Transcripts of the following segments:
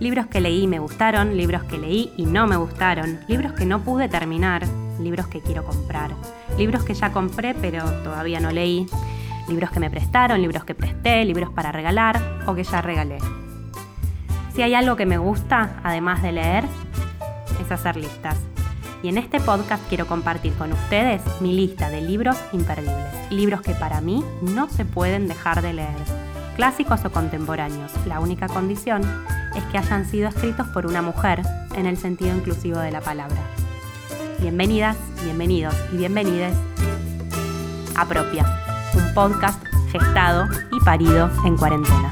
Libros que leí y me gustaron, libros que leí y no me gustaron, libros que no pude terminar, libros que quiero comprar, libros que ya compré pero todavía no leí, libros que me prestaron, libros que presté, libros para regalar o que ya regalé. Si hay algo que me gusta, además de leer, es hacer listas. Y en este podcast quiero compartir con ustedes mi lista de libros imperdibles, libros que para mí no se pueden dejar de leer, clásicos o contemporáneos. La única condición es que hayan sido escritos por una mujer en el sentido inclusivo de la palabra. Bienvenidas, bienvenidos y bienvenides a Propia, un podcast gestado y parido en cuarentena.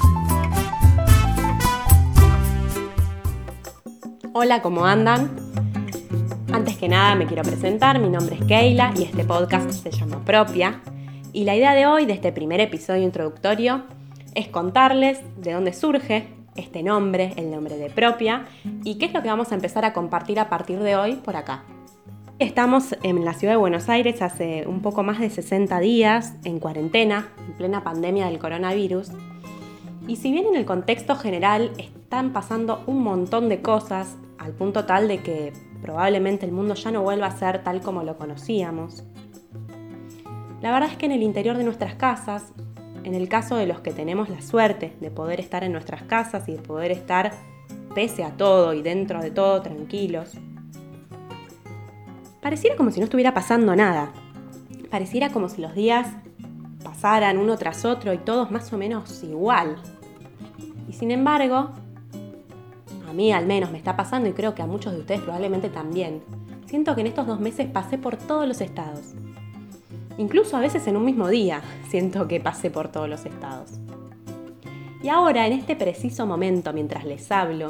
Hola, ¿cómo andan? Antes que nada me quiero presentar, mi nombre es Keila y este podcast se llama Propia. Y la idea de hoy, de este primer episodio introductorio, es contarles de dónde surge este nombre, el nombre de Propia, y qué es lo que vamos a empezar a compartir a partir de hoy por acá. Estamos en la ciudad de Buenos Aires hace un poco más de 60 días, en cuarentena, en plena pandemia del coronavirus. Y si bien en el contexto general están pasando un montón de cosas, al punto tal de que probablemente el mundo ya no vuelva a ser tal como lo conocíamos, la verdad es que en el interior de nuestras casas, en el caso de los que tenemos la suerte de poder estar en nuestras casas y de poder estar pese a todo y dentro de todo tranquilos, pareciera como si no estuviera pasando nada. Pareciera como si los días pasaran uno tras otro y todos más o menos igual. Y sin embargo, a mí al menos me está pasando y creo que a muchos de ustedes probablemente también. Siento que en estos 2 meses pasé por todos los estados. Incluso a veces en un mismo día siento que pasé por todos los estados. Y ahora, en este preciso momento, mientras les hablo,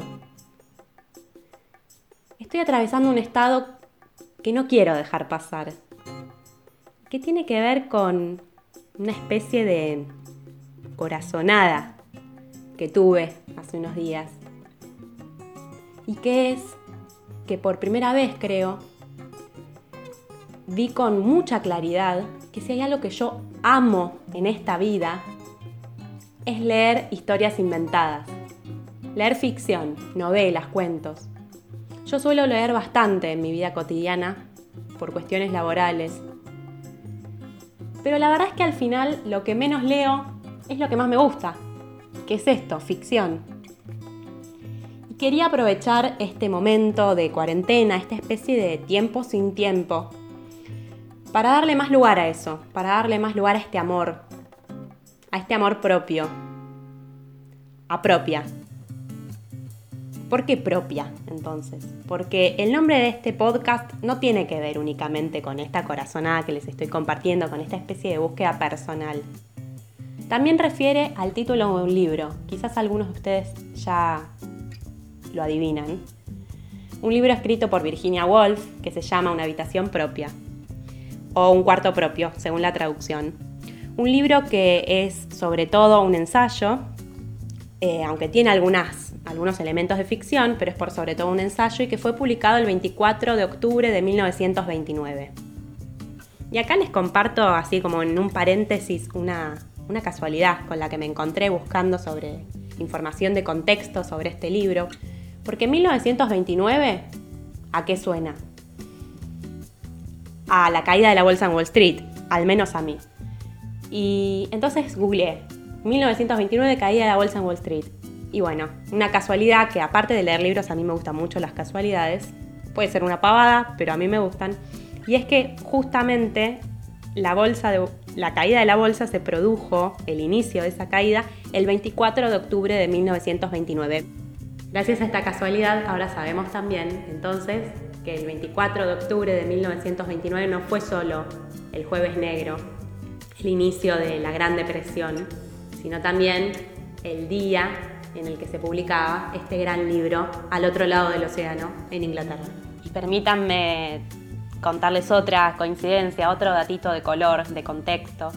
estoy atravesando un estado que no quiero dejar pasar, que tiene que ver con una especie de corazonada que tuve hace unos días. Y que es que por primera vez, creo, vi con mucha claridad que si hay algo que yo amo en esta vida es leer historias inventadas, leer ficción, novelas, cuentos. Yo suelo leer bastante en mi vida cotidiana por cuestiones laborales, pero la verdad es que al final lo que menos leo es lo que más me gusta, que es esto, ficción. Y quería aprovechar este momento de cuarentena, esta especie de tiempo sin tiempo, para darle más lugar a eso, para darle más lugar a este amor propio, a Propia. ¿Por qué Propia, entonces? Porque el nombre de este podcast no tiene que ver únicamente con esta corazonada que les estoy compartiendo, con esta especie de búsqueda personal. También refiere al título de un libro, quizás algunos de ustedes ya lo adivinan. Un libro escrito por Virginia Woolf que se llama Una habitación propia, o Un cuarto propio, según la traducción. Un libro que es sobre todo un ensayo, aunque tiene algunos elementos de ficción, pero es por sobre todo un ensayo y que fue publicado el 24 de octubre de 1929. Y acá les comparto, así como en un paréntesis, una casualidad con la que me encontré buscando sobre información de contexto sobre este libro, porque en 1929, ¿a qué suena? A la caída de la bolsa en Wall Street, al menos a mí. Y entonces googleé 1929, caída de la bolsa en Wall Street. Y bueno, una casualidad que aparte de leer libros, a mí me gustan mucho las casualidades. Puede ser una pavada, pero a mí me gustan. Y es que justamente la caída de la bolsa se produjo, el inicio de esa caída, el 24 de octubre de 1929. Gracias a esta casualidad, ahora sabemos también, entonces, que el 24 de octubre de 1929 no fue solo el Jueves Negro, el inicio de la Gran Depresión, sino también el día en el que se publicaba este gran libro Al otro lado del océano, en Inglaterra. Y permítanme contarles otra coincidencia, otro datito de color, de contexto.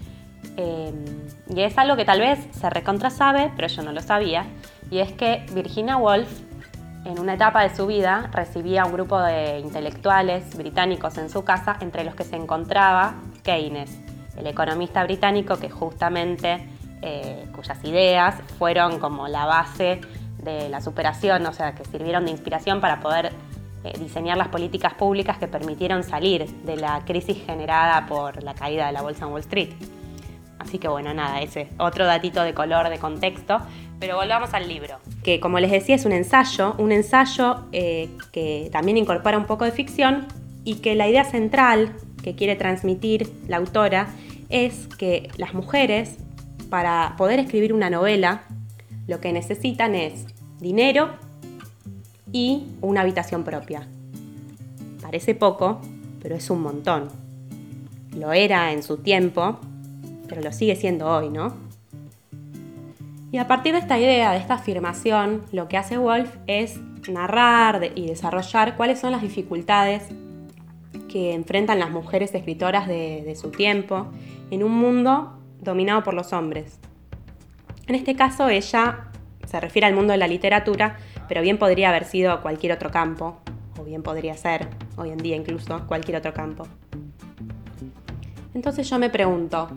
Y es algo que tal vez se recontrasabe, pero yo no lo sabía, y es que Virginia Woolf, en una etapa de su vida, recibía un grupo de intelectuales británicos en su casa, entre los que se encontraba Keynes, el economista británico que justamente cuyas ideas fueron como la base de la superación, o sea, que sirvieron de inspiración para poder diseñar las políticas públicas que permitieron salir de la crisis generada por la caída de la bolsa en Wall Street. Así que bueno, nada, ese otro datito de color, de contexto. Pero volvamos al libro, que como les decía es un ensayo que también incorpora un poco de ficción y que la idea central que quiere transmitir la autora es que las mujeres, para poder escribir una novela, lo que necesitan es dinero y una habitación propia. Parece poco, pero es un montón. Lo era en su tiempo, pero lo sigue siendo hoy, ¿no? Y a partir de esta idea, de esta afirmación, lo que hace Woolf es narrar y desarrollar cuáles son las dificultades que enfrentan las mujeres escritoras de su tiempo en un mundo dominado por los hombres. En este caso, ella se refiere al mundo de la literatura, pero bien podría haber sido cualquier otro campo, o bien podría ser, hoy en día incluso, cualquier otro campo. Entonces yo me pregunto,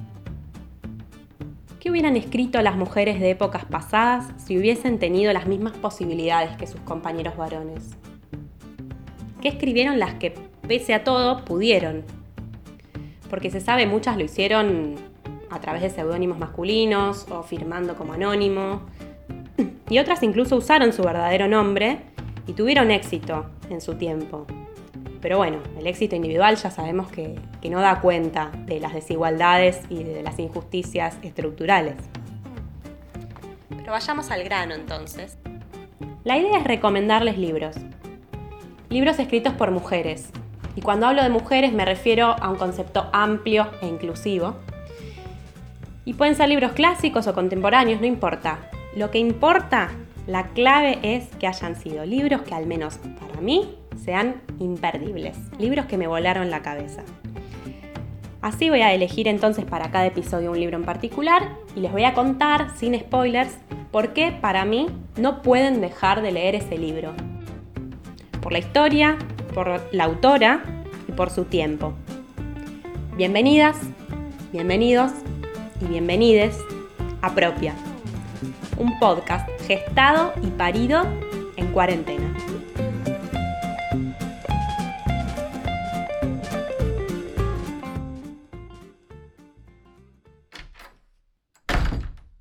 ¿qué hubieran escrito las mujeres de épocas pasadas si hubiesen tenido las mismas posibilidades que sus compañeros varones? ¿Qué escribieron las que, pese a todo, pudieron? Porque se sabe, muchas lo hicieron a través de seudónimos masculinos o firmando como anónimo, y otras incluso usaron su verdadero nombre y tuvieron éxito en su tiempo. Pero bueno, el éxito individual ya sabemos que no da cuenta de las desigualdades y de las injusticias estructurales. Pero vayamos al grano entonces. La idea es recomendarles libros. Libros escritos por mujeres. Y cuando hablo de mujeres me refiero a un concepto amplio e inclusivo. Y pueden ser libros clásicos o contemporáneos, no importa. Lo que importa, la clave es que hayan sido libros que al menos para mí sean imperdibles, libros que me volaron la cabeza. Así voy a elegir entonces para cada episodio un libro en particular y les voy a contar, sin spoilers, por qué para mí no pueden dejar de leer ese libro. Por la historia, por la autora y por su tiempo. Bienvenidas, bienvenidos y bienvenides a Propia, un podcast gestado y parido en cuarentena.